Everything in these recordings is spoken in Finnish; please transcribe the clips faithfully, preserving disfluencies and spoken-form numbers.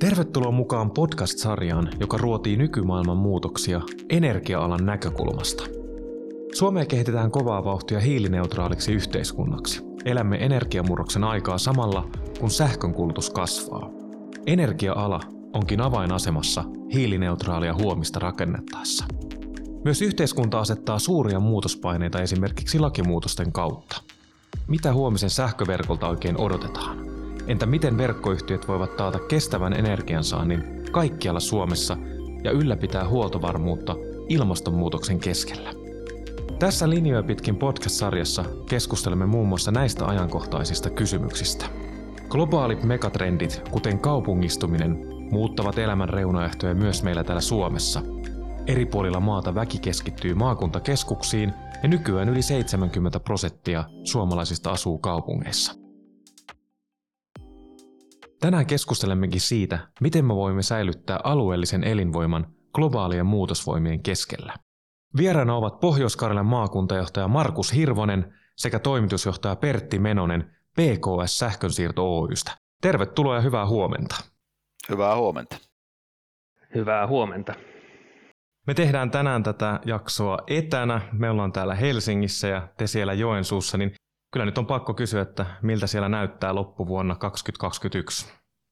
Tervetuloa mukaan podcast-sarjaan, joka ruotii nykymaailman muutoksia energia-alan näkökulmasta. Suomea kehitetään kovaa vauhtia hiilineutraaliksi yhteiskunnaksi. Elämme energiamurroksen aikaa samalla, kun sähkönkulutus kasvaa. Energia-ala onkin avainasemassa hiilineutraalia huomista rakennettaessa. Myös yhteiskunta asettaa suuria muutospaineita esimerkiksi lakimuutosten kautta. Mitä huomisen sähköverkolta oikein odotetaan? Entä miten verkkoyhtiöt voivat taata kestävän energiansaannin kaikkialla Suomessa ja ylläpitää huoltovarmuutta ilmastonmuutoksen keskellä? Tässä Linjoja pitkin podcast-sarjassa keskustelemme muun muassa näistä ajankohtaisista kysymyksistä. Globaalit megatrendit, kuten kaupungistuminen, muuttavat elämän reunaehtoja myös meillä täällä Suomessa. Eri puolilla maata väki keskittyy maakuntakeskuksiin ja nykyään yli seitsemänkymmentä prosenttia suomalaisista asuu kaupungeissa. Tänään keskustelemmekin siitä, miten me voimme säilyttää alueellisen elinvoiman globaalien muutosvoimien keskellä. Vieraana ovat Pohjois-Karjalan maakuntajohtaja Markus Hirvonen sekä toimitusjohtaja Pertti Menonen P K S Sähkönsiirto Oy:stä. Tervetuloa ja hyvää huomenta. Hyvää huomenta. Hyvää huomenta. Me tehdään tänään tätä jaksoa etänä. Me ollaan täällä Helsingissä ja te siellä Joensuussa, niin kyllä nyt on pakko kysyä, että miltä siellä näyttää loppuvuonna kaksituhattakaksikymmentäyksi?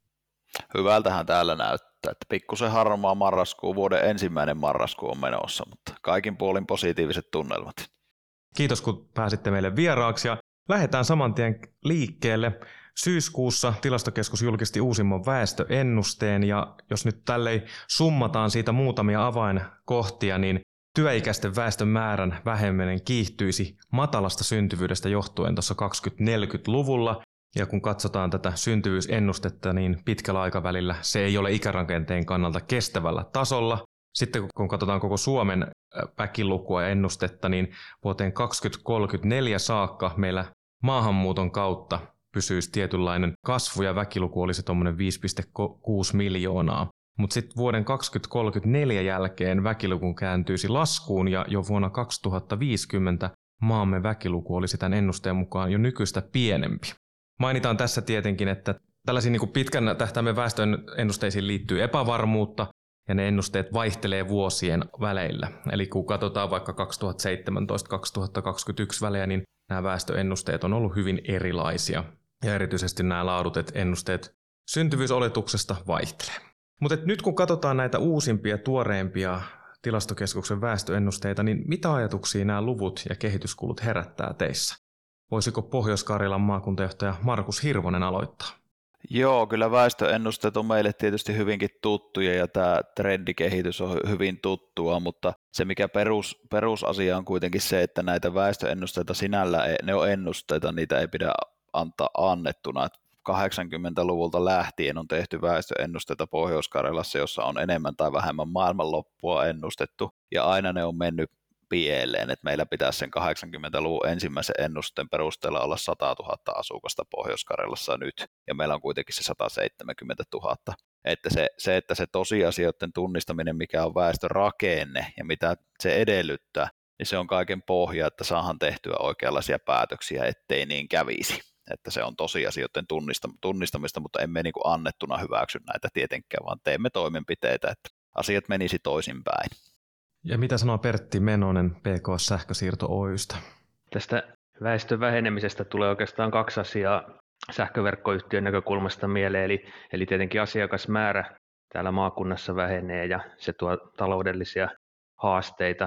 Hyvältähän täällä näyttää, että pikkusen harmaa marraskuu, vuoden ensimmäinen marraskuu on menossa, mutta kaikin puolin positiiviset tunnelmat. Kiitos kun pääsitte meille vieraaksi ja lähdetään saman tien liikkeelle. Syyskuussa Tilastokeskus julkisti uusimman väestöennusteen ja jos nyt tälleen summataan siitä muutamia avainkohtia, niin työikäisten väestön määrän väheneminen kiihtyisi matalasta syntyvyydestä johtuen tuossa kaksikymmentä-neljäkymmentäluvulla. Ja kun katsotaan tätä syntyvyysennustetta, niin pitkällä aikavälillä se ei ole ikärakenteen kannalta kestävällä tasolla. Sitten kun katsotaan koko Suomen väkilukua ja ennustetta, niin vuoteen kaksituhattakolmekymmentäneljä saakka meillä maahanmuuton kautta pysyisi tietynlainen kasvu ja väkiluku olisi tuommoinen viisi pilkku kuusi miljoonaa. Mutta sitten vuoden kaksituhattakolmekymmentäneljä jälkeen väkiluku kääntyisi laskuun ja jo vuonna kaksituhattaviisikymmentä maamme väkiluku olisi tämän ennusteen mukaan jo nykyistä pienempi. Mainitaan tässä tietenkin, että tällaisiin niin kuin pitkän tähtäimen väestön ennusteisiin liittyy epävarmuutta ja ne ennusteet vaihtelee vuosien väleillä. Eli kun katsotaan vaikka kaksituhattaseitsemäntoista kaksituhattakaksikymmentäyksi välejä, niin nämä väestöennusteet on ollut hyvin erilaisia ja erityisesti nämä laadutet ennusteet syntyvyysoletuksesta vaihtelee. Mutta nyt kun katsotaan näitä uusimpia, tuoreimpia Tilastokeskuksen väestöennusteita, niin mitä ajatuksia nämä luvut ja kehityskulut herättää teissä? Voisiko Pohjois-Karjalan maakuntajohtaja Markus Hirvonen aloittaa? Joo, kyllä väestöennusteet on meille tietysti hyvinkin tuttuja ja tämä trendikehitys on hyvin tuttua, mutta se mikä perus, perusasia on kuitenkin se, että näitä väestöennusteita sinällä, ne on ennusteita, niitä ei pidä antaa annettuna. kahdeksankymmentäluvulta lähtien on tehty väestöennusteita Pohjois-Karjalassa, jossa on enemmän tai vähemmän maailmanloppua ennustettu, ja aina ne on mennyt pieleen, että meillä pitäisi sen kahdeksankymmentäluvun ensimmäisen ennusteen perusteella olla sata tuhatta asukasta Pohjois-Karjalassa nyt, ja meillä on kuitenkin se sata seitsemänkymmentätuhatta. Että se, se, että se tosiasioiden tunnistaminen, mikä on väestörakenne ja mitä se edellyttää, niin se on kaiken pohja, että saadaan tehtyä oikeanlaisia päätöksiä, ettei niin kävisi. Että se on tosiasioiden tunnistamista, mutta emme niin kuin annettuna hyväksy näitä tietenkään, vaan teemme toimenpiteitä, että asiat menisi toisinpäin. Ja mitä sanoo Pertti Menonen P K S Sähkönsiirto Oy:stä? Tästä väestön vähenemisestä tulee oikeastaan kaksi asiaa sähköverkkoyhtiön näkökulmasta mieleen, eli, eli tietenkin asiakasmäärä täällä maakunnassa vähenee ja se tuo taloudellisia haasteita.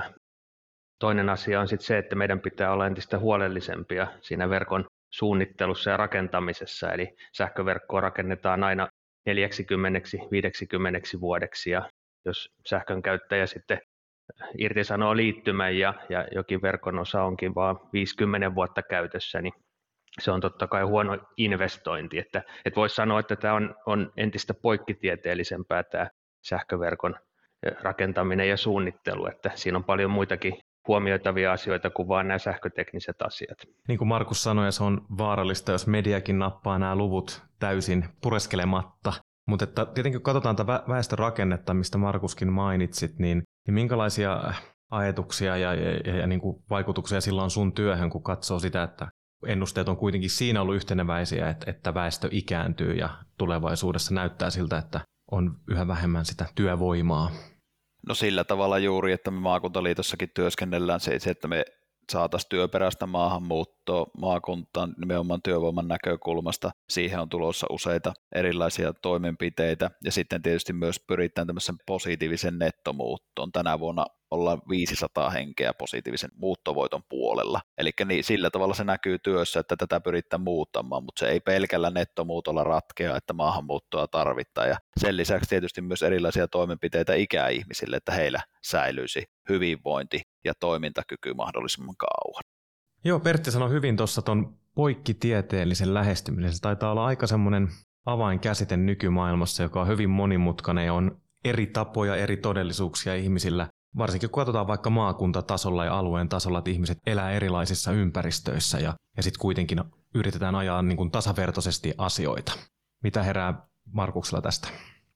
Toinen asia on sitten se, että meidän pitää olla entistä huolellisempia siinä verkon suunnittelussa ja rakentamisessa, eli sähköverkkoa rakennetaan aina neljäkymmentä viisikymmentä vuodeksi, ja jos sähkön käyttäjä sitten irtisanoo liittymän ja, ja jokin verkon osa onkin vain viisikymmentä vuotta käytössä, niin se on totta kai huono investointi. Että, että voisi sanoa, että tämä on, on entistä poikkitieteellisempää tämä sähköverkon rakentaminen ja suunnittelu, että siinä on paljon muitakin huomioitavia asioita kuin vain nämä sähkötekniset asiat. Niin kuin Markus sanoi, se on vaarallista, jos mediakin nappaa nämä luvut täysin pureskelematta. Mutta että tietenkin kun katsotaan tätä väestörakennetta, mistä Markuskin mainitsit, niin, niin minkälaisia ajatuksia ja, ja, ja, ja niin kuin vaikutuksia sillä on sun työhön, kun katsoo sitä, että ennusteet on kuitenkin siinä ollut yhteneväisiä, että, että väestö ikääntyy ja tulevaisuudessa näyttää siltä, että on yhä vähemmän sitä työvoimaa? No sillä tavalla juuri, että me maakuntaliitossakin työskennellään se, että me saataisiin työperäistä maahanmuuttoa maakuntaan nimenomaan työvoiman näkökulmasta. Siihen on tulossa useita erilaisia toimenpiteitä ja sitten tietysti myös pyritään tämmöisen positiivisen nettomuuttoon. Tänä vuonna ollaan viisisataa henkeä positiivisen muuttovoiton puolella. Eli niin, sillä tavalla se näkyy työssä, että tätä pyritään muuttamaan, mutta se ei pelkällä nettomuutolla ratkea, että maahanmuuttoa tarvitaan. Ja sen lisäksi tietysti myös erilaisia toimenpiteitä ikäihmisille, että heillä säilyisi hyvinvointi ja toimintakyky mahdollisimman kauan. Joo, Pertti sanoi hyvin tuossa tuon poikkitieteellisen lähestymisen. Se taitaa olla aika semmoinen avainkäsite nykymaailmassa, joka on hyvin monimutkainen ja on eri tapoja, eri todellisuuksia ihmisillä. Varsinkin kun katsotaan vaikka maakuntatasolla ja alueen tasolla, että ihmiset elää erilaisissa ympäristöissä ja, ja sitten kuitenkin yritetään ajaa niin kuin tasavertaisesti asioita. Mitä herää Markuksella tästä?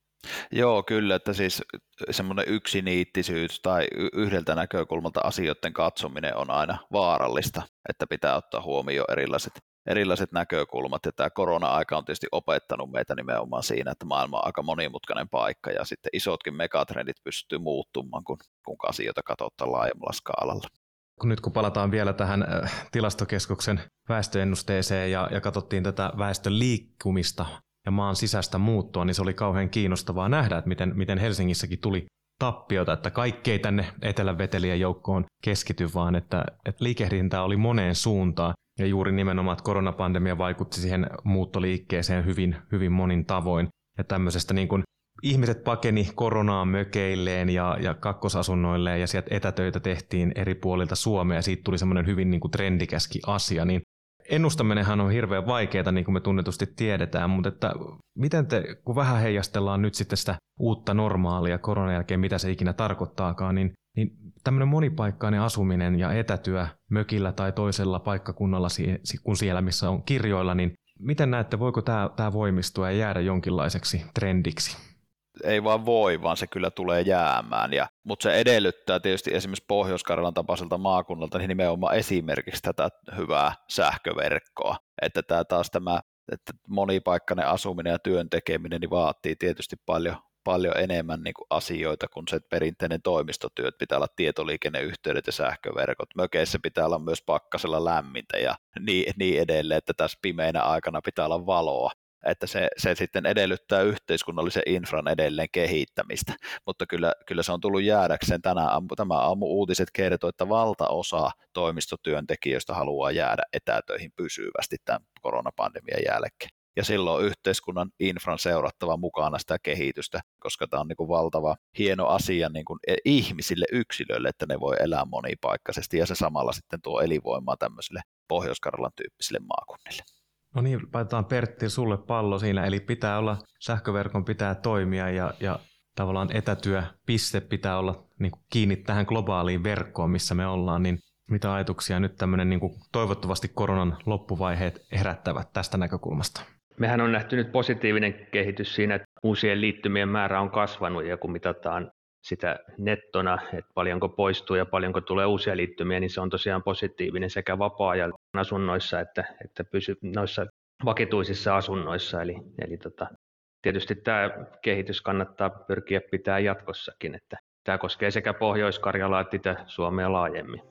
Joo, kyllä, että siis semmoinen yksinniittisyys tai yhdeltä näkökulmalta asioiden katsominen on aina vaarallista, että pitää ottaa huomioon erilaiset, erilaiset näkökulmat. Ja tämä korona-aika on tietysti opettanut meitä nimenomaan siinä, että maailma on aika monimutkainen paikka ja sitten isotkin megatrendit pystyy muuttumaan, kun, kun asioita katsotaan laajemmalla skaalalla. Nyt kun palataan vielä tähän tilastokeskuksen väestöennusteeseen ja, ja katsottiin tätä väestön liikkumista ja maan sisäistä muuttoa, niin se oli kauhean kiinnostavaa nähdä, että miten, miten Helsingissäkin tuli tappiota, että kaikki ei tänne etelän vetelien joukkoon keskity, vaan että, että liikehdintää oli moneen suuntaan. Ja juuri nimenomaan, että koronapandemia vaikutti siihen muuttoliikkeeseen hyvin, hyvin monin tavoin. Ja tämmöisestä niin kuin ihmiset pakeni koronaan mökeilleen ja, ja kakkosasunnoilleen ja sieltä etätöitä tehtiin eri puolilta Suomea ja siitä tuli semmoinen hyvin niin kuin trendikäskin asia. Niin ennustaminenhan on hirveän vaikeaa, niin kuin me tunnetusti tiedetään, mutta että miten te, kun vähän heijastellaan nyt sitten sitä uutta normaalia koronan jälkeen, mitä se ikinä tarkoittaakaan, niin, niin tämmöinen monipaikkainen asuminen ja etätyö mökillä tai toisella paikkakunnalla, kun siellä missä on kirjoilla, niin miten näette, voiko tämä, tämä voimistua ja jäädä jonkinlaiseksi trendiksi? Ei vaan voi, vaan se kyllä tulee jäämään. Ja, mutta se edellyttää tietysti esimerkiksi Pohjois-Karjalan tapaiselta maakunnalta niin nimenomaan esimerkiksi tätä hyvää sähköverkkoa. Että tämä taas tämä että monipaikkainen asuminen ja työn tekeminen niin vaatii tietysti paljon, paljon enemmän niin kuin asioita kuin se perinteinen toimistotyö. Että pitää olla tietoliikenneyhteydet ja sähköverkot. Mökeissä pitää olla myös pakkasella lämmintä ja niin, niin edelleen, että tässä pimeinä aikana pitää olla valoa. Että se, se sitten edellyttää yhteiskunnallisen infran edelleen kehittämistä, mutta kyllä, kyllä se on tullut jäädäkseen. Tänä aamu, tämä aamu uutiset kertoo, että valtaosa toimistotyöntekijöistä haluaa jäädä etätöihin pysyvästi tämän koronapandemian jälkeen. Ja silloin yhteiskunnan infran seurattava mukana sitä kehitystä, koska tämä on niin kuin valtava hieno asia niin kuin ihmisille, yksilöille, että ne voi elää monipaikkaisesti ja se samalla sitten tuo elinvoimaa tämmöisille Pohjois-Karjalan tyyppisille maakunnille. No niin, laitetaan Pertti sulle pallo siinä, eli pitää olla, sähköverkon pitää toimia ja, ja tavallaan etätyöpiste pitää olla niin kuin kiinni tähän globaaliin verkkoon, missä me ollaan, niin mitä ajatuksia nyt tämmöinen niin kuin toivottavasti koronan loppuvaiheet herättävät tästä näkökulmasta? Mehän on nähty nyt positiivinen kehitys siinä, että uusien liittymien määrä on kasvanut ja kun mitataan sitä nettona, että paljonko poistuu ja paljonko tulee uusia liittymiä, niin se on tosiaan positiivinen sekä vapaa-ajan asunnoissa että, että pysy noissa vakituisissa asunnoissa. Eli, eli tota, tietysti tämä kehitys kannattaa pyrkiä pitää jatkossakin, että tämä koskee sekä Pohjois-Karjalaa että Itä-Suomea laajemmin.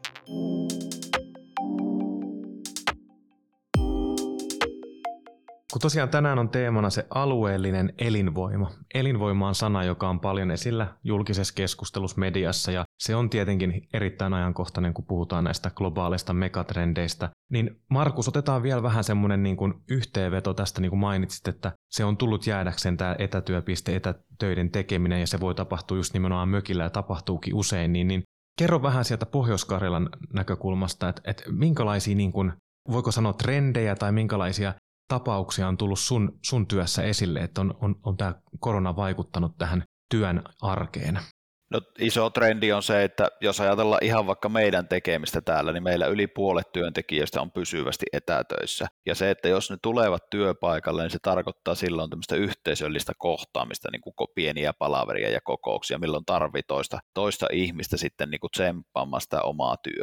Kun tosiaan tänään on teemana se alueellinen elinvoima. Elinvoima on sana, joka on paljon esillä julkisessa keskustelussa mediassa ja se on tietenkin erittäin ajankohtainen, kun puhutaan näistä globaaleista megatrendeistä. Niin Markus, otetaan vielä vähän semmoinen niin kuin yhteenveto tästä, niin kuin mainitsit, että se on tullut jäädäkseen tämä etätyöpiste, etätöiden tekeminen ja se voi tapahtua just nimenomaan mökillä ja tapahtuukin usein. Niin, niin kerro vähän sieltä Pohjois-Karjalan näkökulmasta, että, että minkälaisia, niin kuin, voiko sanoa trendejä tai minkälaisia tapauksia on tullut sun, sun työssä esille, että on, on, on tämä korona vaikuttanut tähän työn arkeen? No, iso trendi on se, että jos ajatellaan ihan vaikka meidän tekemistä täällä, niin meillä yli puolet työntekijöistä on pysyvästi etätöissä. Ja se, että jos ne tulevat työpaikalle, niin se tarkoittaa silloin tämmöistä yhteisöllistä kohtaamista, niin kuin pieniä palaveria ja kokouksia, milloin tarvii toista, toista ihmistä sitten niin kuin tsemppaamaan sitä omaa työtä.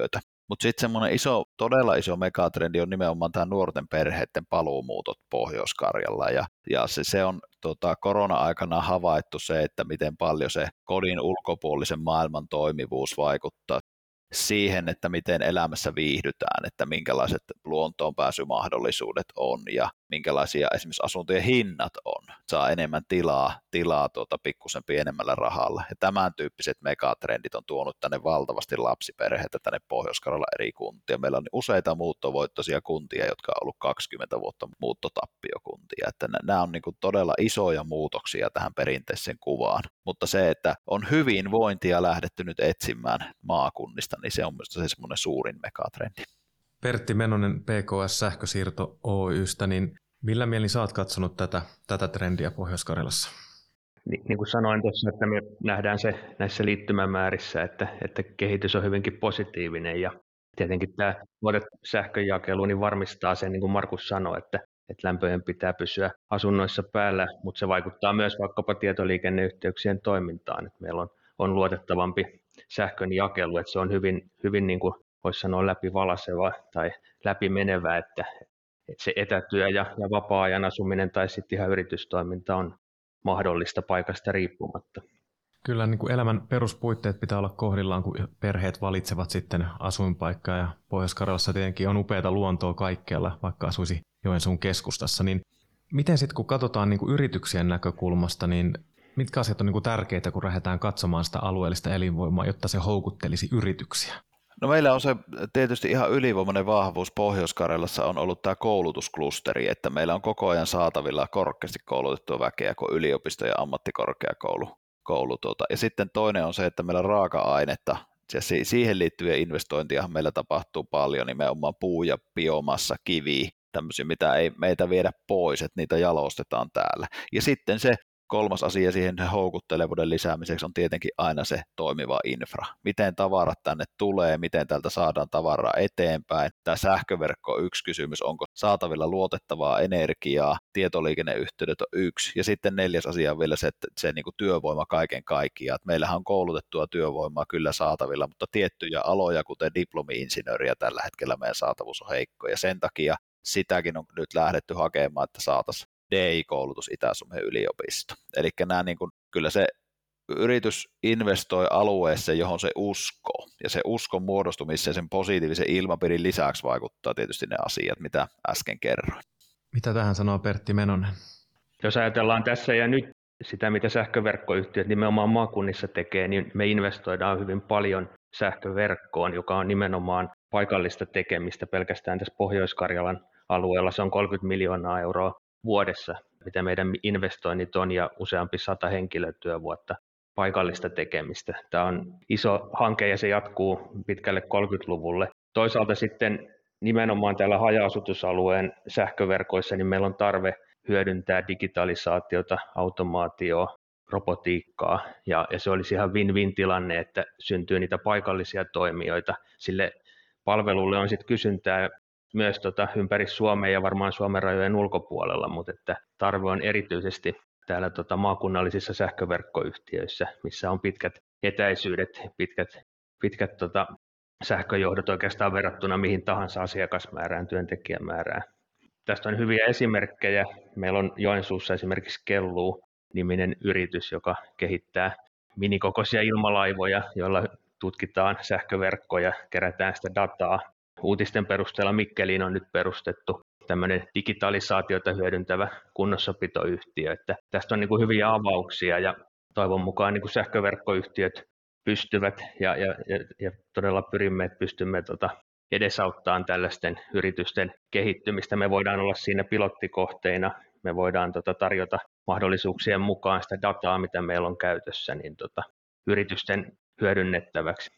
Mutta sitten semmoinen iso, todella iso megatrendi on nimenomaan tämä nuorten perheiden paluumuutot Pohjois-Karjalla. Ja, ja se, se on tota, korona-aikana havaittu se, että miten paljon se kodin ulkopuolisen maailman toimivuus vaikuttaa siihen, että miten elämässä viihdytään, että minkälaiset luontoon pääsymahdollisuudet on ja minkälaisia esimerkiksi asuntojen hinnat on. Saa enemmän tilaa, tilaa tuota pikkusen pienemmällä rahalla. Ja tämän tyyppiset megatrendit on tuonut tänne valtavasti lapsiperheitä tänne Pohjois-Karjalan eri kuntia. Meillä on useita muuttovoittoisia kuntia, jotka on ollut kaksikymmentä vuotta muuttotappiokuntia. Että nämä on niin kuin todella isoja muutoksia tähän perinteiseen kuvaan. Mutta se, että on hyvinvointia lähdetty nyt etsimään maakunnista, niin se on myös se semmoinen suurin megatrendi. Pertti Menonen P K S Sähkösiirto Oy:stä, niin millä mielin sä oot katsonut tätä, tätä trendiä Pohjois-Karjalassa? Ni, niin kuin sanoin tuossa, että me nähdään se näissä liittymämäärissä, että, että kehitys on hyvinkin positiivinen ja tietenkin tämä luotettu sähkönjakelu niin varmistaa sen, niin kuin Markus sanoi, että, että lämpöjen pitää pysyä asunnoissa päällä, mutta se vaikuttaa myös vaikkapa tietoliikenneyhteyksien toimintaan, että meillä on, on luotettavampi sähkön jakelu, että se on hyvin, hyvin niin kuin voisi sanoa läpivalaseva tai läpimenevä, että, että se etätyö ja, ja vapaa-ajan asuminen tai sitten ihan yritystoiminta on mahdollista paikasta riippumatta. Kyllä niin kuin elämän peruspuitteet pitää olla kohdillaan, kun perheet valitsevat sitten asuinpaikkaa ja Pohjois-Karjalassa tietenkin on upeata luontoa kaikkialla, vaikka asuisi Joensuun keskustassa. Niin miten sitten kun katsotaan niin kuin yrityksien näkökulmasta, niin mitkä asiat on niin kuin tärkeitä, kun lähdetään katsomaan sitä alueellista elinvoimaa, jotta se houkuttelisi yrityksiä? No meillä on se tietysti ihan ylivoimainen vahvuus Pohjois-Karjalassa on ollut tämä koulutusklusteri, että meillä on koko ajan saatavilla korkeasti koulutettua väkeä kuin yliopisto ja ammattikorkeakoulu. Koulu, tuota. Ja sitten toinen on se, että meillä raaka-ainetta, ja siihen liittyviä investointia meillä tapahtuu paljon, nimenomaan puu ja biomassa, kivi, tämmöisiä, mitä ei meitä viedä pois, että niitä jalostetaan täällä. Ja sitten se kolmas asia siihen houkuttelevuuden lisäämiseksi on tietenkin aina se toimiva infra. Miten tavarat tänne tulee, miten täältä saadaan tavaraa eteenpäin. Tämä sähköverkko on yksi kysymys, onko saatavilla luotettavaa energiaa, tietoliikenneyhteydet on yksi. Ja sitten neljäs asia on vielä se, että se niin kuin työvoima kaiken kaikkiaan. Että meillähän on koulutettua työvoimaa kyllä saatavilla, mutta tiettyjä aloja, kuten diplomi-insinööriä tällä hetkellä meidän saatavuus on heikko. Ja sen takia sitäkin on nyt lähdetty hakemaan, että saataisiin D I-koulutus Itä-Suomen yliopisto. Eli nämä niin kuin, kyllä se yritys investoi alueeseen, johon se uskoo. Ja se uskon muodostumiseen sen positiivisen ilmapiirin lisäksi vaikuttaa tietysti ne asiat, mitä äsken kerroin. Mitä tähän sanoo Pertti Menonen? Jos ajatellaan tässä ja nyt sitä, mitä sähköverkkoyhtiöt nimenomaan maakunnissa tekee, niin me investoidaan hyvin paljon sähköverkkoon, joka on nimenomaan paikallista tekemistä pelkästään tässä Pohjois-Karjalan alueella. Se on kolmekymmentä miljoonaa euroa vuodessa, mitä meidän investoinnit on, ja useampi sata henkilötyövuotta paikallista tekemistä. Tämä on iso hanke ja se jatkuu pitkälle kolmekymmentäluvulle. Toisaalta sitten nimenomaan täällä haja-asutusalueen sähköverkoissa niin meillä on tarve hyödyntää digitalisaatiota, automaatioa, robotiikkaa, ja, ja se olisi ihan win-win tilanne, että syntyy niitä paikallisia toimijoita. Sille palvelulle on sitten kysyntää myös tota ympäri Suomea ja varmaan Suomen rajojen ulkopuolella, mutta että tarve on erityisesti täällä tota maakunnallisissa sähköverkkoyhtiöissä, missä on pitkät etäisyydet, pitkät, pitkät tota sähköjohdot oikeastaan verrattuna mihin tahansa asiakasmäärään, työntekijämäärään. Tästä on hyviä esimerkkejä. Meillä on Joensuussa esimerkiksi Kelluu-niminen yritys, joka kehittää minikokoisia ilmalaivoja, joilla tutkitaan sähköverkkoja, kerätään sitä dataa. Uutisten perusteella Mikkeliin on nyt perustettu tämmöinen digitalisaatiota hyödyntävä kunnossapitoyhtiö. Että tästä on niin kuin hyviä avauksia ja toivon mukaan niin kuin sähköverkkoyhtiöt pystyvät ja, ja, ja, ja todella pyrimme, että pystymme tota edesauttamaan tällaisten yritysten kehittymistä. Me voidaan olla siinä pilottikohteina, me voidaan tota tarjota mahdollisuuksien mukaan sitä dataa, mitä meillä on käytössä, niin tota, yritysten hyödynnettäväksi.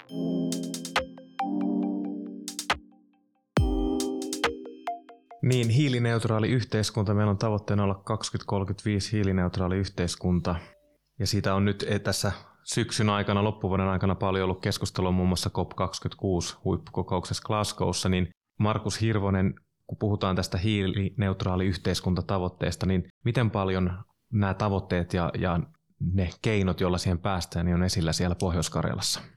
Niin, hiilineutraali yhteiskunta. Meillä on tavoitteena olla kaksituhattakolmekymmentäviisi hiilineutraali yhteiskunta. Ja siitä on nyt tässä syksyn aikana, loppuvuoden aikana paljon ollut keskustelua muun muassa C O P kaksikymmentäkuusi huippukokouksessa Glasgowssa. Niin Markus Hirvonen, kun puhutaan tästä hiilineutraali yhteiskuntatavoitteesta, niin miten paljon nämä tavoitteet ja, ja ne keinot, joilla siihen päästään, niin on esillä siellä Pohjois-Karjalassa?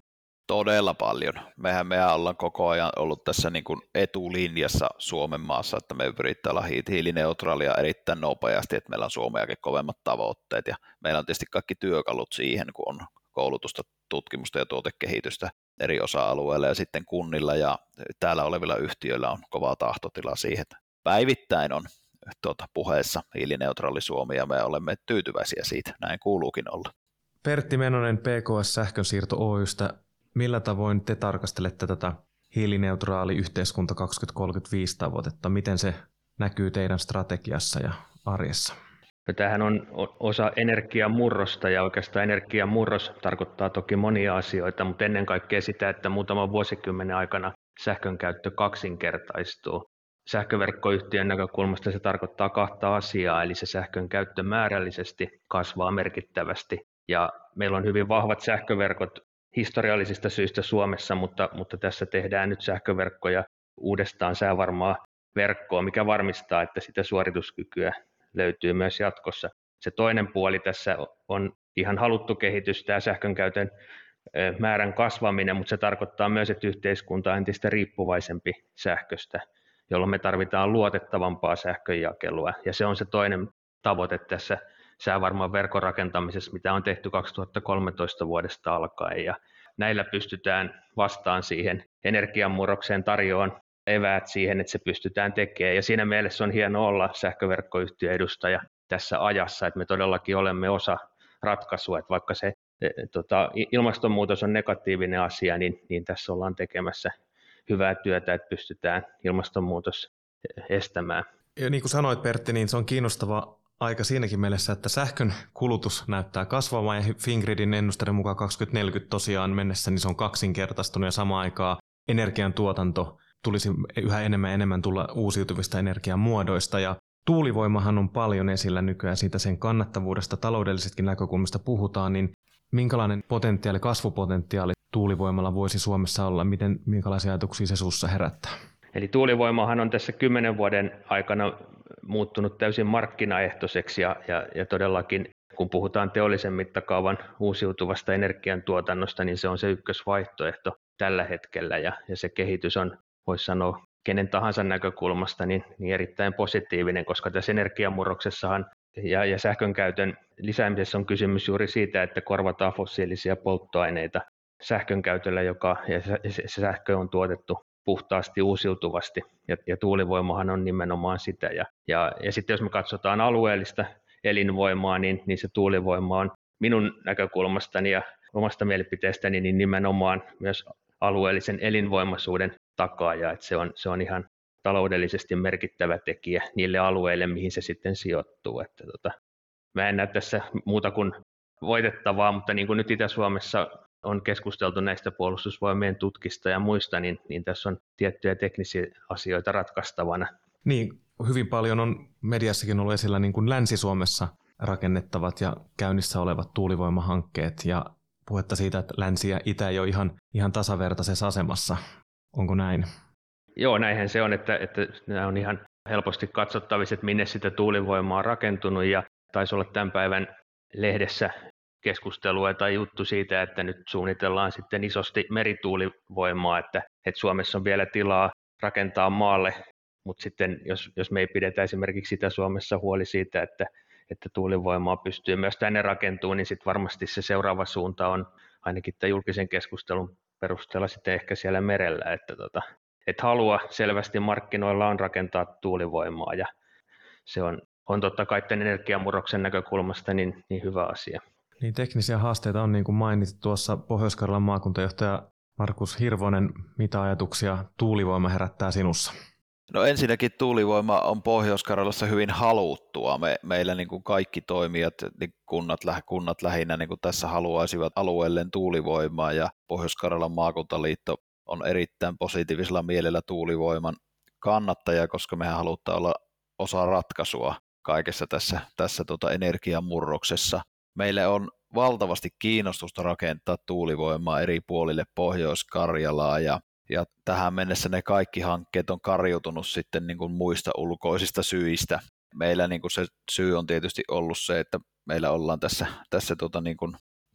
Todella paljon. Mehän, mehän ollaan koko ajan ollut tässä niin kuin etulinjassa Suomen maassa, että me pyritään olla hiilineutraalia erittäin nopeasti, että meillä on Suomeakin kovemmat tavoitteet ja meillä on tietysti kaikki työkalut siihen, kun on koulutusta, tutkimusta ja tuotekehitystä eri osa-alueilla ja sitten kunnilla ja täällä olevilla yhtiöillä on kova tahtotila siihen, että päivittäin on tuota, puheessa hiilineutraali Suomi ja me olemme tyytyväisiä siitä, näin kuuluukin olla. Pertti Menonen P K S Sähkönsiirto Oy:stä. Millä tavoin te tarkastelette tätä hiilineutraali yhteiskunta kaksituhattakolmekymmentäviisi tavoitetta? Miten se näkyy teidän strategiassa ja arjessa? No, tämähän on osa energiamurrosta ja oikeastaan energiamurros tarkoittaa toki monia asioita, mutta ennen kaikkea sitä, että muutaman vuosikymmenen aikana sähkön käyttö kaksinkertaistuu. Sähköverkkoyhtiön näkökulmasta se tarkoittaa kahta asiaa, eli se sähkön käyttö määrällisesti kasvaa merkittävästi ja meillä on hyvin vahvat sähköverkot historiallisista syistä Suomessa, mutta, mutta tässä tehdään nyt sähköverkkoja uudestaan säävarmaa verkkoa, mikä varmistaa, että sitä suorituskykyä löytyy myös jatkossa. Se toinen puoli tässä on ihan haluttu kehitys, tämä sähkön käytön määrän kasvaminen, mutta se tarkoittaa myös, että yhteiskunta on entistä riippuvaisempi sähköstä, jolloin me tarvitaan luotettavampaa sähkönjakelua. Ja se on se toinen tavoite tässä säävarman verkon rakentamisessa, mitä on tehty kaksituhattakolmetoista vuodesta alkaen. Ja näillä pystytään vastaan siihen energiamurrokseen tarjoamaan eväät siihen, että se pystytään tekemään. Ja siinä mielessä on hienoa olla sähköverkkoyhtiön edustaja tässä ajassa, että me todellakin olemme osa ratkaisua, että vaikka se e, tota, ilmastonmuutos on negatiivinen asia, niin, niin tässä ollaan tekemässä hyvää työtä, että pystytään ilmastonmuutos estämään. Ja niin kuin sanoit, Pertti, niin se on kiinnostava aika siinäkin mielessä, että sähkön kulutus näyttää kasvamaan ja Fingridin ennusteiden mukaan kaksituhattaneljäkymmentä tosiaan mennessä niin se on kaksinkertaistunut ja samaan aikaan energiantuotanto tulisi yhä enemmän ja enemmän tulla uusiutuvista energiamuodoista ja tuulivoimahan on paljon esillä nykyään, siitä sen kannattavuudesta taloudellisestakin näkökulmasta puhutaan, niin minkälainen potentiaali, kasvupotentiaali tuulivoimalla voisi Suomessa olla, miten, minkälaisia ajatuksia se sinussa herättää? Eli tuulivoimahan on tässä kymmenen vuoden aikana muuttunut täysin markkinaehtoiseksi ja, ja, ja todellakin kun puhutaan teollisen mittakaavan uusiutuvasta energiantuotannosta, niin se on se ykkösvaihtoehto tällä hetkellä ja, ja se kehitys on, voisi sanoa, kenen tahansa näkökulmasta niin, niin erittäin positiivinen, koska tässä energiamurroksessahan ja, ja sähkön käytön lisäämisessä on kysymys juuri siitä, että korvataan fossiilisia polttoaineita sähkön käytöllä, joka ja se, se sähkö on tuotettu puhtaasti uusiutuvasti ja, ja tuulivoimahan on nimenomaan sitä. Ja, ja, ja sitten jos me katsotaan alueellista elinvoimaa, niin, niin se tuulivoima on minun näkökulmastani ja omasta mielipiteestäni niin nimenomaan myös alueellisen elinvoimaisuuden takaaja, että se on, se on ihan taloudellisesti merkittävä tekijä niille alueille, mihin se sitten sijoittuu. Että tota, mä en näe tässä muuta kuin voitettavaa, mutta niin kuin nyt Itä-Suomessa on keskusteltu näistä puolustusvoimien tutkista ja muista, niin, niin tässä on tiettyjä teknisiä asioita ratkaistavana. Niin, hyvin paljon on mediassakin ollut esillä niin kuin Länsi-Suomessa rakennettavat ja käynnissä olevat tuulivoimahankkeet ja puhetta siitä, että länsi ja itä ei ole ihan, ihan tasavertaisessa asemassa. Onko näin? Joo, näinhän se on, että, että nämä on ihan helposti katsottavissa, että minne sitä tuulivoimaa on rakentunut ja taisi olla tämän päivän lehdessä keskustelua tai juttu siitä, että nyt suunnitellaan sitten isosti merituulivoimaa, että, että Suomessa on vielä tilaa rakentaa maalle, mutta sitten jos, jos me ei pidetä esimerkiksi sitä Suomessa huoli siitä, että, että tuulivoimaa pystyy myös tänne rakentumaan, niin sitten varmasti se seuraava suunta on ainakin tämän julkisen keskustelun perusteella sitten ehkä siellä merellä, että, tota, että halua selvästi markkinoilla on rakentaa tuulivoimaa ja se on, on totta kai tämän energiamurroksen näkökulmasta niin, niin hyvä asia. Niin teknisiä haasteita on, niin kuin mainitsit tuossa Pohjois-Karjalan maakuntajohtaja Markus Hirvonen. Mitä ajatuksia tuulivoima herättää sinussa? No ensinnäkin tuulivoima on Pohjois-Karjalassa hyvin haluttua. Me, meillä niin kuin kaikki toimijat, niin kunnat, kunnat lähinnä niin kuin tässä haluaisivat alueelleen tuulivoimaa ja Pohjois-Karjalan maakuntaliitto on erittäin positiivisella mielellä tuulivoiman kannattaja, koska mehän halutaan olla osa ratkaisua kaikessa tässä, tässä tuota energiamurroksessa. Meille on valtavasti kiinnostusta rakentaa tuulivoimaa eri puolille Pohjois-Karjalaa ja, ja tähän mennessä ne kaikki hankkeet on karjutunut sitten niin kuin muista ulkoisista syistä. Meillä niin kuin se syy on tietysti ollut se, että meillä ollaan tässä, tässä tuota niin kuin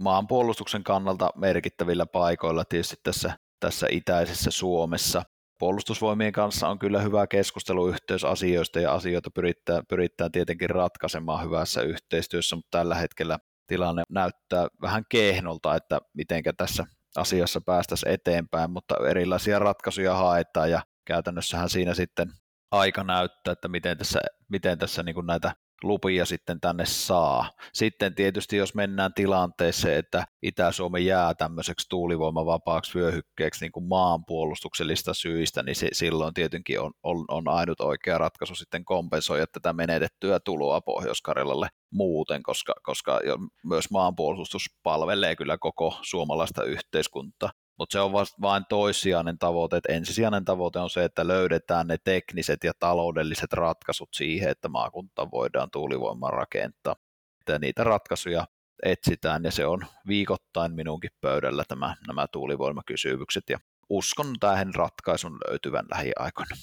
maanpuolustuksen kannalta merkittävillä paikoilla tietysti tässä, tässä itäisessä Suomessa. Puolustusvoimien kanssa on kyllä hyvä keskusteluyhteys asioista ja asioita pyrittää, pyrittää tietenkin ratkaisemaan hyvässä yhteistyössä, mutta tällä hetkellä tilanne näyttää vähän kehnolta, että mitenkä tässä asiassa päästäisiin eteenpäin, mutta erilaisia ratkaisuja haetaan ja käytännössähän siinä sitten aika näyttää, että miten tässä, miten tässä niin kuin näitä lupia sitten tänne saa. Sitten tietysti jos mennään tilanteeseen, että Itä-Suomi jää tämmöiseksi tuulivoimavapaaksi vyöhykkeeksi niin kuin maanpuolustuksellista syistä, niin se, silloin tietenkin on, on, on ainut oikea ratkaisu sitten kompensoida tätä menetettyä tuloa Pohjois-Karjalalle muuten, koska, koska myös maanpuolustus palvelee kyllä koko suomalaista yhteiskuntaa. Mutta se on vasta vain toissijainen tavoite, että ensisijainen tavoite on se, että löydetään ne tekniset ja taloudelliset ratkaisut siihen, että maakunta voidaan tuulivoimaa rakentaa. Ja niitä ratkaisuja etsitään ja se on viikoittain minunkin pöydällä tämä, nämä tuulivoimakysymykset ja uskon tähän ratkaisun löytyvän lähiaikoina.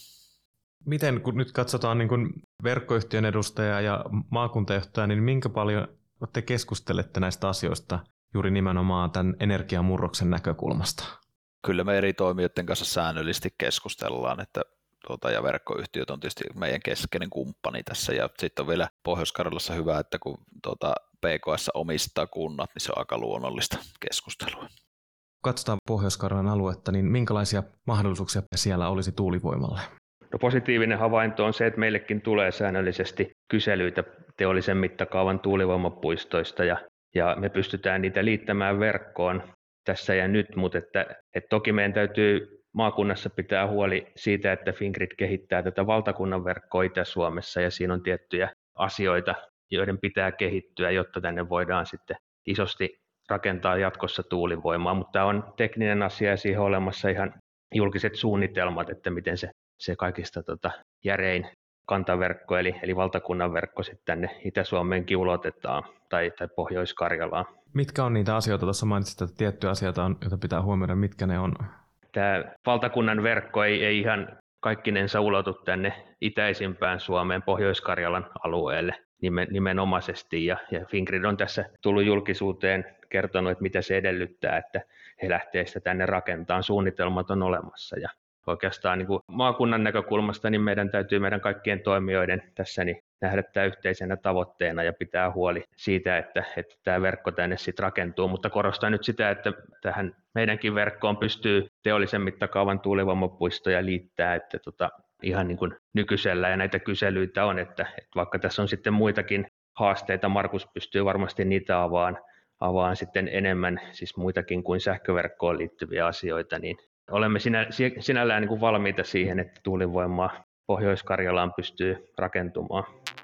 Miten, kun nyt katsotaan niin kun verkkoyhtiön edustajaa ja maakuntajohtajaa, niin minkä paljon te keskustelette näistä asioista juuri nimenomaan tämän energiamurroksen näkökulmasta? Kyllä me eri toimijoiden kanssa säännöllisesti keskustellaan, että tuota, ja verkkoyhtiöt on tietysti meidän keskeinen kumppani tässä, ja sitten on vielä Pohjois-Karjalassa hyvä, että kun tuota, P K S omistaa kunnat, niin se on aika luonnollista keskustelua. Katsotaan Pohjois-Karjalan aluetta, niin minkälaisia mahdollisuuksia siellä olisi tuulivoimalle? No positiivinen havainto on se, että meillekin tulee säännöllisesti kyselyitä teollisen mittakaavan tuulivoimapuistoista, ja Ja me pystytään niitä liittämään verkkoon tässä ja nyt, mutta että, että toki meidän täytyy maakunnassa pitää huoli siitä, että Fingrid kehittää tätä valtakunnan verkkoa Itä-Suomessa ja siinä on tiettyjä asioita, joiden pitää kehittyä, jotta tänne voidaan sitten isosti rakentaa jatkossa tuulivoimaa, mutta tämä on tekninen asia ja siihen on olemassa ihan julkiset suunnitelmat, että miten se, se kaikista tota, järein kantaverkko eli, eli valtakunnan verkko sitten tänne Itä-Suomeenkin ulotetaan tai, tai Pohjois-Karjalaan. Mitkä on niitä asioita, tuossa mainitsit, että tiettyjä asioita on, joita pitää huomioida, mitkä ne on? Tämä valtakunnan verkko ei, ei ihan kaikkinensa ulotu tänne itäisimpään Suomeen, Pohjois-Karjalan alueelle nimenomaisesti ja, ja Fingrid on tässä tullut julkisuuteen kertonut, että mitä se edellyttää, että he lähtee sitä tänne rakentamaan, suunnitelmat on olemassa ja oikeastaan niin kuin maakunnan näkökulmasta niin meidän täytyy meidän kaikkien toimijoiden tässä niin nähdä tämä yhteisenä tavoitteena ja pitää huoli siitä, että, että tämä verkko tänne sitten rakentuu, mutta korostan nyt sitä, että tähän meidänkin verkkoon pystyy teollisen mittakaavan tuulivoimapuistoja liittää, että tota, ihan niin kuin nykyisellä ja näitä kyselyitä on, että, että vaikka tässä on sitten muitakin haasteita, Markus pystyy varmasti niitä avaan, avaan sitten enemmän, siis muitakin kuin sähköverkkoon liittyviä asioita, niin olemme sinä, sinällään niin kuin valmiita siihen, että tuulivoimaa Pohjois-Karjalaan pystyy rakentumaan.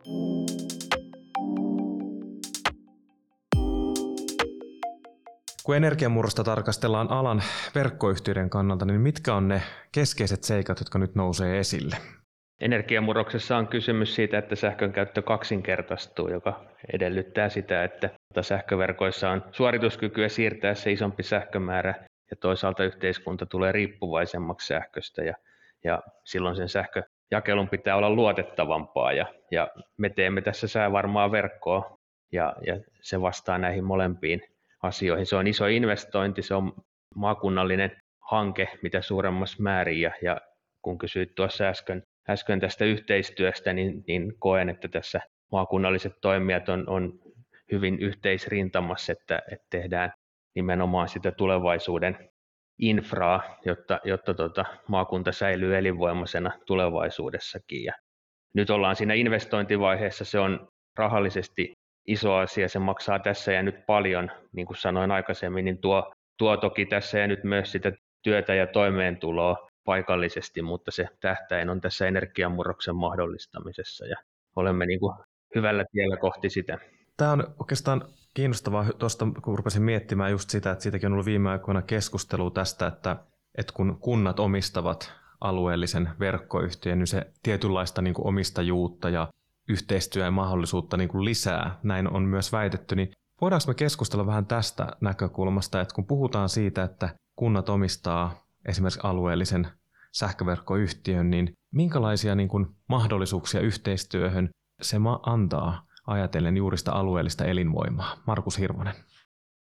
Kun energiamurrosta tarkastellaan alan verkkoyhtiöiden kannalta, niin mitkä on ne keskeiset seikat, jotka nyt nousee esille? Energiamurroksessa on kysymys siitä, että sähkön käyttö kaksinkertaistuu, joka edellyttää sitä, että sähköverkoissa on suorituskykyä siirtää se isompi sähkömäärä ja toisaalta yhteiskunta tulee riippuvaisemmaksi sähköstä ja, ja silloin sen sähköjakelun pitää olla luotettavampaa ja, ja me teemme tässä säävarmaa verkkoa ja, ja se vastaa näihin molempiin asioihin. Se on iso investointi, se on maakunnallinen hanke mitä suuremmassa määrin ja, ja kun kysyit tuossa äsken, äsken tästä yhteistyöstä, niin, niin koen, että tässä maakunnalliset toimijat on, on hyvin yhteisrintamassa, että, että tehdään nimenomaan sitä tulevaisuuden infraa, jotta, jotta tota, maakunta säilyy elinvoimaisena tulevaisuudessakin. Ja nyt ollaan siinä investointivaiheessa, se on rahallisesti iso asia, se maksaa tässä ja nyt paljon, niin kuin sanoin aikaisemmin, niin tuo, tuo toki tässä ja nyt myös sitä työtä ja toimeentuloa paikallisesti, mutta se tähtäin on tässä energiamurroksen mahdollistamisessa ja olemme niin kuin hyvällä tiellä kohti sitä. Tämä on oikeastaan kiinnostavaa tuosta, kun rupesin miettimään just sitä, että siitäkin on ollut viime aikoina keskustelua tästä, että, että kun kunnat omistavat alueellisen verkkoyhtiön, niin se tietynlaista niin kuin omistajuutta ja yhteistyön mahdollisuutta niin kuin lisää, näin on myös väitetty, niin voidaanko me keskustella vähän tästä näkökulmasta, että kun puhutaan siitä, että kunnat omistaa esimerkiksi alueellisen sähköverkkoyhtiön, niin minkälaisia niin kuin mahdollisuuksia yhteistyöhön se antaa ajatellen juuri sitä alueellista elinvoimaa? Markus Hirvonen.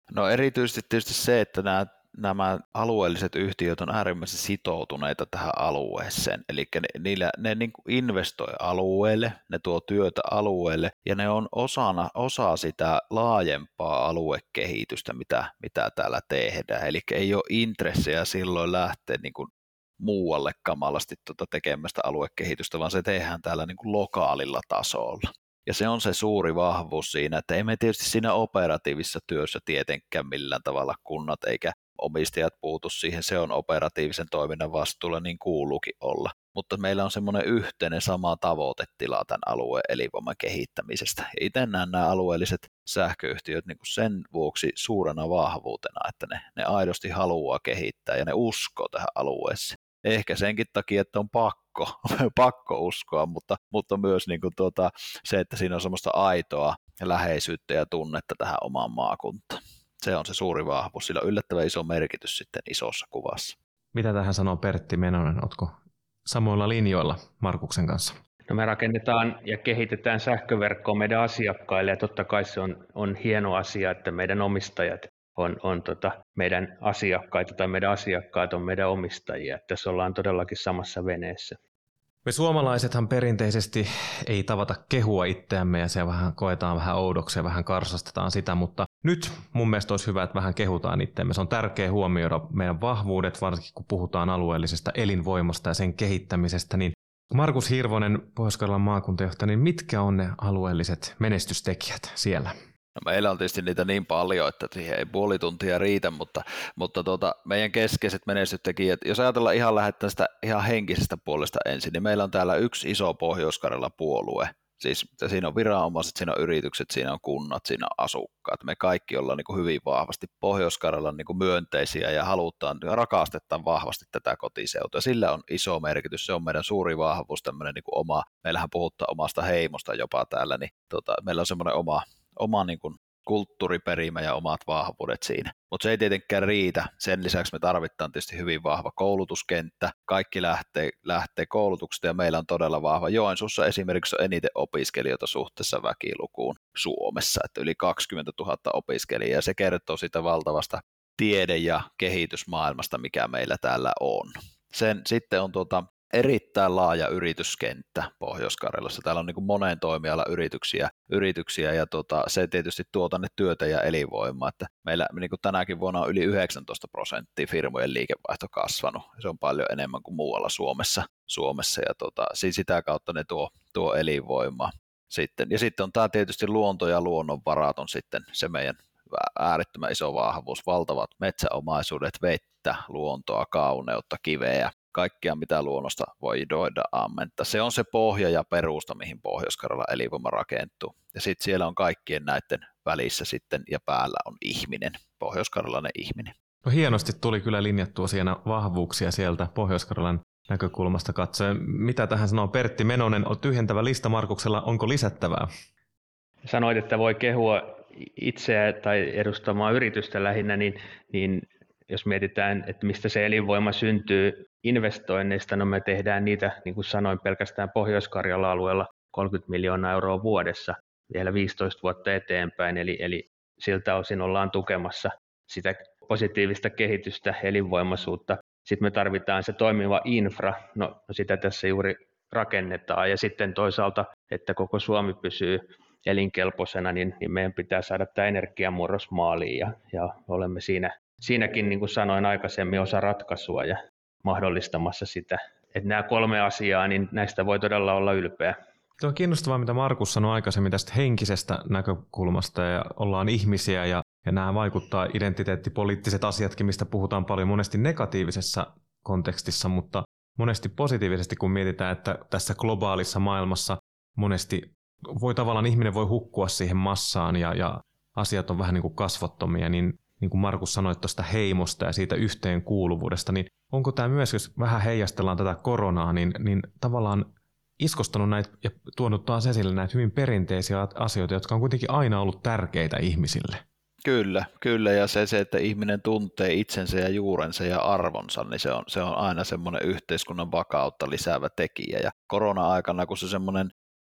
No erityisesti tietysti se, että nämä nämä alueelliset yhtiöt on äärimmäisen sitoutuneita tähän alueeseen, eli ne, niillä, ne niin kuin investoi alueelle, ne tuo työtä alueelle, ja ne on osana, osa sitä laajempaa aluekehitystä, mitä, mitä täällä tehdään, eli ei ole intressejä silloin lähteä niin kuin muualle kamalasti tuota tekemästä aluekehitystä, vaan se tehdään täällä niin kuin lokaalilla tasolla. Ja se on se suuri vahvuus siinä, että emme tietysti siinä operatiivisessa työssä tietenkään millään tavalla kunnat eikä omistajat puutu siihen, se on operatiivisen toiminnan vastuulla, niin kuuluukin olla. Mutta meillä on semmoinen yhteinen sama tavoitetila tämän alueen elinvoiman kehittämisestä. Ja itse näen nämä alueelliset sähköyhtiöt niin kuin sen vuoksi suurena vahvuutena, että ne, ne aidosti haluaa kehittää ja ne uskoo tähän alueeseen. Ehkä senkin takia, että on pakko, pakko uskoa, mutta, mutta myös niin kuin tuota, se, että siinä on semmoista aitoa läheisyyttä ja tunnetta tähän omaan maakuntaan. Se on se suuri vahvuus, sillä on yllättävän iso merkitys sitten isossa kuvassa. Mitä tähän sanoo Pertti Menonen? Oletko samoilla linjoilla Markuksen kanssa? No me rakennetaan ja kehitetään sähköverkkoa meidän asiakkaille, ja totta kai se on, on hieno asia, että meidän omistajat on, on tota meidän asiakkaita tai meidän asiakkaat on meidän omistajia. Että tässä ollaan todellakin samassa veneessä. Me suomalaisethan perinteisesti ei tavata kehua itseämme ja se vähän koetaan vähän oudoksi ja vähän karsastetaan sitä, mutta nyt mun mielestä olisi hyvä, että vähän kehutaan itseämme. Se on tärkeää huomioida meidän vahvuudet, varsinkin kun puhutaan alueellisesta elinvoimasta ja sen kehittämisestä. Niin Markus Hirvonen, Pohjois-Karjalan maakuntajohtaja, niin mitkä on ne alueelliset menestystekijät siellä? No meillä on tietysti niitä niin paljon, että siihen ei puoli tuntia riitä, mutta, mutta tuota, meidän keskeiset menestystekijät, jos ajatellaan ihan lähdetään sitä ihan henkisestä puolesta ensin, niin meillä on täällä yksi iso Pohjois-Karjalan puolue. Siis siinä on viranomaiset, siinä on yritykset, siinä on kunnat, siinä on asukkaat. Me kaikki ollaan niin kuin hyvin vahvasti Pohjois-Karjalan niin kuin myönteisiä ja halutaan, rakastetaan vahvasti tätä kotiseutua. Sillä on iso merkitys, se on meidän suuri vahvuus, tämmöinen niin kuin oma, meillähän puhutaan omasta heimosta jopa täällä, niin tota, meillä on semmoinen oma, oma niin kuin kulttuuriperimä ja omat vahvuudet siinä. Mutta se ei tietenkään riitä. Sen lisäksi me tarvitaan tietysti hyvin vahva koulutuskenttä. Kaikki lähtee, lähtee koulutuksesta ja meillä on todella vahva. Joensuussa esimerkiksi on eniten opiskelijoita suhteessa väkilukuun Suomessa, että yli kaksikymmentätuhatta opiskelijaa. Ja se kertoo siitä valtavasta tiede- ja kehitysmaailmasta, mikä meillä täällä on. Sen, sitten on tuota, erittäin laaja yrityskenttä Pohjois-Karjalassa. Täällä on niin kuin moneen toimialan yrityksiä, yrityksiä ja tota, se tietysti tuo tänne työtä ja elinvoimaa. Että meillä niin kuin tänäkin vuonna on yli yhdeksäntoista prosenttia firmojen liikevaihto kasvanut. Se on paljon enemmän kuin muualla Suomessa. Suomessa ja tota, sitä kautta ne tuo, tuo elinvoimaa. Sitten, ja sitten on tämä tietysti luonto ja luonnonvarat on sitten se meidän äärettömän iso vahvuus. Valtavat metsäomaisuudet, vettä, luontoa, kauneutta, kiveä. Kaikkea, mitä luonnosta voi doida ammentaa. Se on se pohja ja perusta, mihin Pohjois-Karjalan elinvoima rakentuu. Ja sitten siellä on kaikkien näiden välissä sitten ja päällä on ihminen, pohjois-karjalainen ihminen. No hienosti tuli kyllä linjattua siinä vahvuuksia sieltä Pohjois-Karjalan näkökulmasta katsoen. Mitä tähän sanoo Pertti Menonen? On tyhjentävä lista Markuksella, onko lisättävää? Sanoit, että voi kehua itseä tai edustamaan yritystä lähinnä, niin, niin jos mietitään, että mistä se elinvoima syntyy investoinneista, no me tehdään niitä, niin kuin sanoin, pelkästään Pohjois-Karjalan alueella kolmekymmentä miljoonaa euroa vuodessa vielä viisitoista vuotta eteenpäin, eli, eli siltä osin ollaan tukemassa sitä positiivista kehitystä, elinvoimaisuutta. Sitten me tarvitaan se toimiva infra, no, no sitä tässä juuri rakennetaan, ja sitten toisaalta, että koko Suomi pysyy elinkelpoisena, niin, niin meidän pitää saada tämä energiamurros maaliin, ja, ja olemme siinä Siinäkin, niin kuin sanoin aikaisemmin, osa ratkaisua ja mahdollistamassa sitä. Että nämä kolme asiaa, niin näistä voi todella olla ylpeä. Tuo on kiinnostavaa, mitä Markus sanoi aikaisemmin tästä henkisestä näkökulmasta, ja ollaan ihmisiä, ja, ja nämä vaikuttaa identiteettipoliittiset asiatkin, mistä puhutaan paljon monesti negatiivisessa kontekstissa, mutta monesti positiivisesti, kun mietitään, että tässä globaalissa maailmassa monesti voi tavallaan ihminen voi hukkua siihen massaan, ja, ja asiat on vähän niin kuin kasvottomia, niin niin kuin Markus sanoi tuosta heimosta ja siitä yhteenkuuluvuudesta, niin onko tämä myös, jos vähän heijastellaan tätä koronaa, niin, niin tavallaan iskostanut näitä ja tuonut taas esille näitä hyvin perinteisiä asioita, jotka on kuitenkin aina ollut tärkeitä ihmisille? Kyllä, kyllä, ja se, se, että ihminen tuntee itsensä ja juurensa ja arvonsa, niin se on, se on aina semmoinen yhteiskunnan vakautta lisäävä tekijä, ja korona-aikana, kun se semmoinen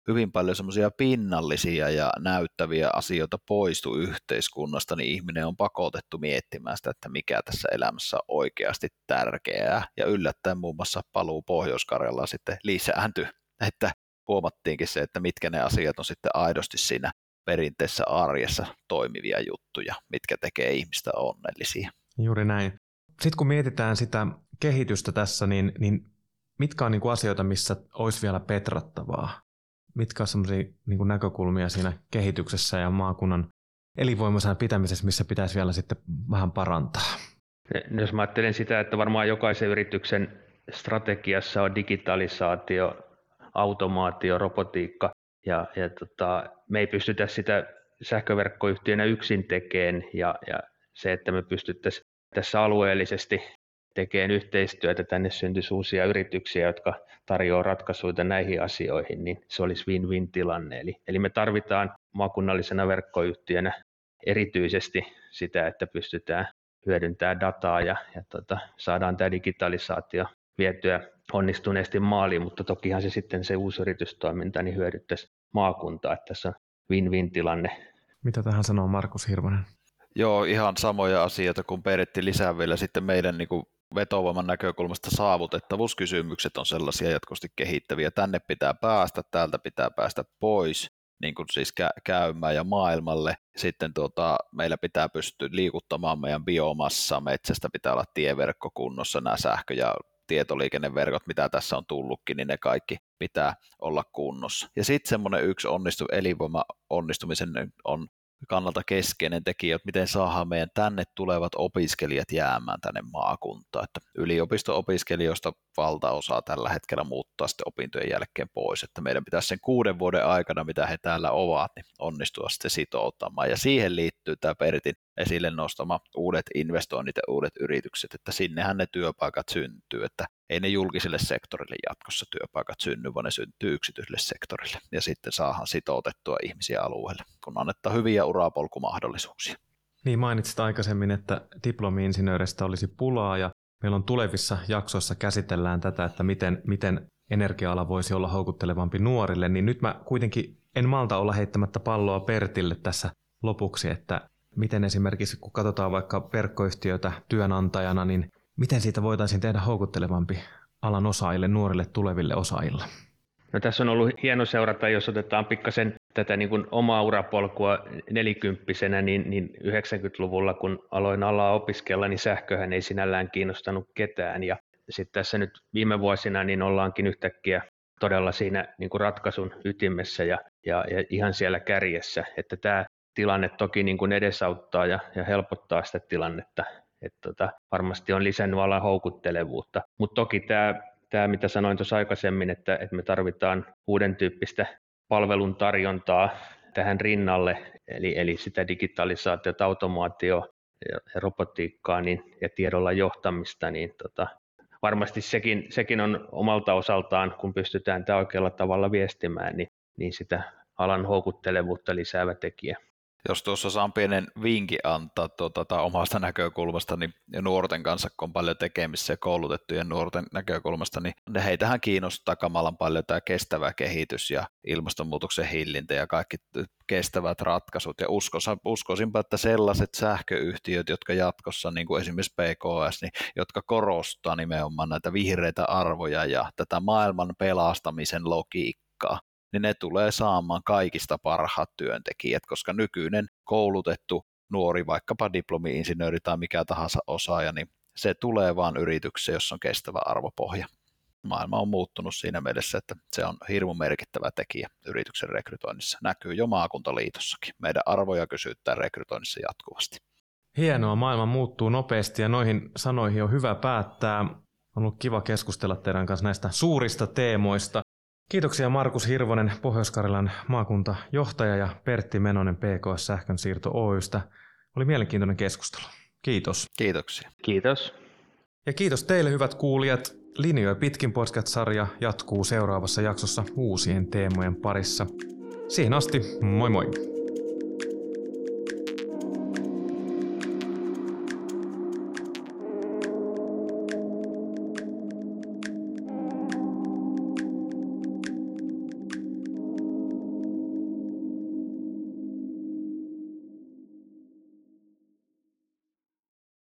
hyvin paljon semmoisia pinnallisia ja näyttäviä asioita poistu yhteiskunnasta, niin ihminen on pakotettu miettimään sitä, että mikä tässä elämässä on oikeasti tärkeää. Ja yllättäen muun muassa paluu Pohjois-Karjalaan sitten lisääntyi, että huomattiinkin se, että mitkä ne asiat on sitten aidosti siinä perinteisessä arjessa toimivia juttuja, mitkä tekee ihmistä onnellisia. Juuri näin. Sitten kun mietitään sitä kehitystä tässä, niin, niin mitkä on niin kuin asioita, missä olisi vielä petrattavaa? Mitkä on sellaisia niin kuin näkökulmia siinä kehityksessä ja maakunnan elinvoimaisena pitämisessä, missä pitäisi vielä sitten vähän parantaa? Jos mä ajattelen sitä, että varmaan jokaisen yrityksen strategiassa on digitalisaatio, automaatio, robotiikka, ja, ja tota, me ei pystytä sitä sähköverkkoyhtiönä yksin tekemään, ja, ja se, että me pystyttäisiin tässä alueellisesti tekemään yhteistyötä, tänne syntyisi uusia yrityksiä, jotka tarjoaa ratkaisuja näihin asioihin, niin se olisi win-win tilanne. Eli, eli me tarvitaan maakunnallisena verkkoyhtiönä erityisesti sitä, että pystytään hyödyntämään dataa ja, ja tota, saadaan tämä digitalisaatio vietyä onnistuneesti maaliin, mutta tokihan se sitten se uusi yritystoiminta niin hyödyttäisi maakuntaa, että tässä on win-win tilanne. Mitä tähän sanoo Markus Hirvonen? Joo, ihan samoja asioita, kun Pertti lisää vielä sitten meidän niin kuin vetovoiman näkökulmasta saavutettavuuskysymykset on sellaisia jatkuvasti kehittäviä. Tänne pitää päästä, täältä pitää päästä pois, niin kuin siis kä- käymään ja maailmalle. Sitten tuota, meillä pitää pystyä liikuttamaan meidän biomassaa, metsästä pitää olla tieverkko kunnossa, nämä sähkö- ja tietoliikenneverkot, mitä tässä on tullutkin, niin ne kaikki pitää olla kunnossa. Ja sitten semmoinen yksi onnistu, elinvoima onnistumisen on kannalta keskeinen tekijä, että miten saadaan meidän tänne tulevat opiskelijat jäämään tänne maakuntaan. Että yliopisto-opiskelijoista valtaosa tällä hetkellä muuttaa sitten opintojen jälkeen pois, että meidän pitäisi sen kuuden vuoden aikana, mitä he täällä ovat, niin onnistua sitten sitouttamaan. Ja siihen liittyy tämä Pertin esille nostama uudet investoinnit ja uudet yritykset, että sinnehän ne työpaikat syntyy, että ei ne julkiselle sektorille jatkossa työpaikat synny, vaan ne syntyy yksityiselle sektorille ja sitten saadaan sitoutettua ihmisiä alueelle, kun annetaan hyviä urapolkumahdollisuuksia. Niin mainitsit aikaisemmin, että diplomi-insinööreistä olisi pulaa ja meillä on tulevissa jaksoissa käsitellään tätä, että miten, miten energia-ala voisi olla houkuttelevampi nuorille, niin nyt mä kuitenkin en malta olla heittämättä palloa Pertille tässä lopuksi, että miten esimerkiksi kun katsotaan vaikka verkkoyhtiöitä työnantajana, niin miten siitä voitaisiin tehdä houkuttelevampi alan osaajille, nuorille tuleville osaajille? No, tässä on ollut hieno seurata, jos otetaan pikkasen tätä niin kuin omaa urapolkua nelikymppisenä, niin, niin yhdeksänkymmentäluvulla, kun aloin alaa opiskella, niin sähköhän ei sinällään kiinnostanut ketään. Ja sitten tässä nyt viime vuosina niin ollaankin yhtäkkiä todella siinä niin kuin ratkaisun ytimessä ja, ja, ja ihan siellä kärjessä. Että tämä tilanne toki niin kuin edesauttaa ja, ja helpottaa sitä tilannetta. Että tota, varmasti on lisännyt alan houkuttelevuutta. Mutta toki tämä, tämä, mitä sanoin tuossa aikaisemmin, että, että me tarvitaan uuden tyyppistä palveluntarjontaa tähän rinnalle, eli, eli sitä digitalisaatiota, automaatio ja, ja robotiikkaa niin, ja tiedolla johtamista, niin tota, varmasti sekin, sekin on omalta osaltaan, kun pystytään tämä oikealla tavalla viestimään, niin, niin sitä alan houkuttelevuutta lisäävä tekijä. Jos tuossa saan pienen vinkin antaa tuota, omasta näkökulmasta, niin nuorten kanssa, kun on paljon tekemisissä ja koulutettujen nuorten näkökulmasta, niin heitähän kiinnostaa kamalan paljon tämä kestävä kehitys ja ilmastonmuutoksen hillintä ja kaikki kestävät ratkaisut. Ja uskoisin, uskoisinpa, että sellaiset sähköyhtiöt, jotka jatkossa, niin kuin esimerkiksi P K S, niin, jotka korostaa nimenomaan näitä vihreitä arvoja ja tätä maailman pelastamisen logiikkaa, niin ne tulee saamaan kaikista parhaat työntekijät, koska nykyinen koulutettu nuori, vaikkapa diplomi-insinööri tai mikä tahansa osaaja, niin se tulee vaan yritykseen, jossa on kestävä arvopohja. Maailma on muuttunut siinä mielessä, että se on hirveän merkittävä tekijä yrityksen rekrytoinnissa. Näkyy jo maakuntaliitossakin. Meidän arvoja kysyttää rekrytoinnissa jatkuvasti. Hienoa, maailma muuttuu nopeasti ja noihin sanoihin on hyvä päättää. On ollut kiva keskustella teidän kanssa näistä suurista teemoista. Kiitoksia Markus Hirvonen, Pohjois-Karjalan maakuntajohtaja ja Pertti Menonen P K S Sähkönsiirto Oy:stä. Oli mielenkiintoinen keskustelu. Kiitos. Kiitoksia. Kiitos. Ja kiitos teille hyvät kuulijat. Linjoja pitkin podcast-sarja jatkuu seuraavassa jaksossa uusien teemojen parissa. Siihen asti, moi moi!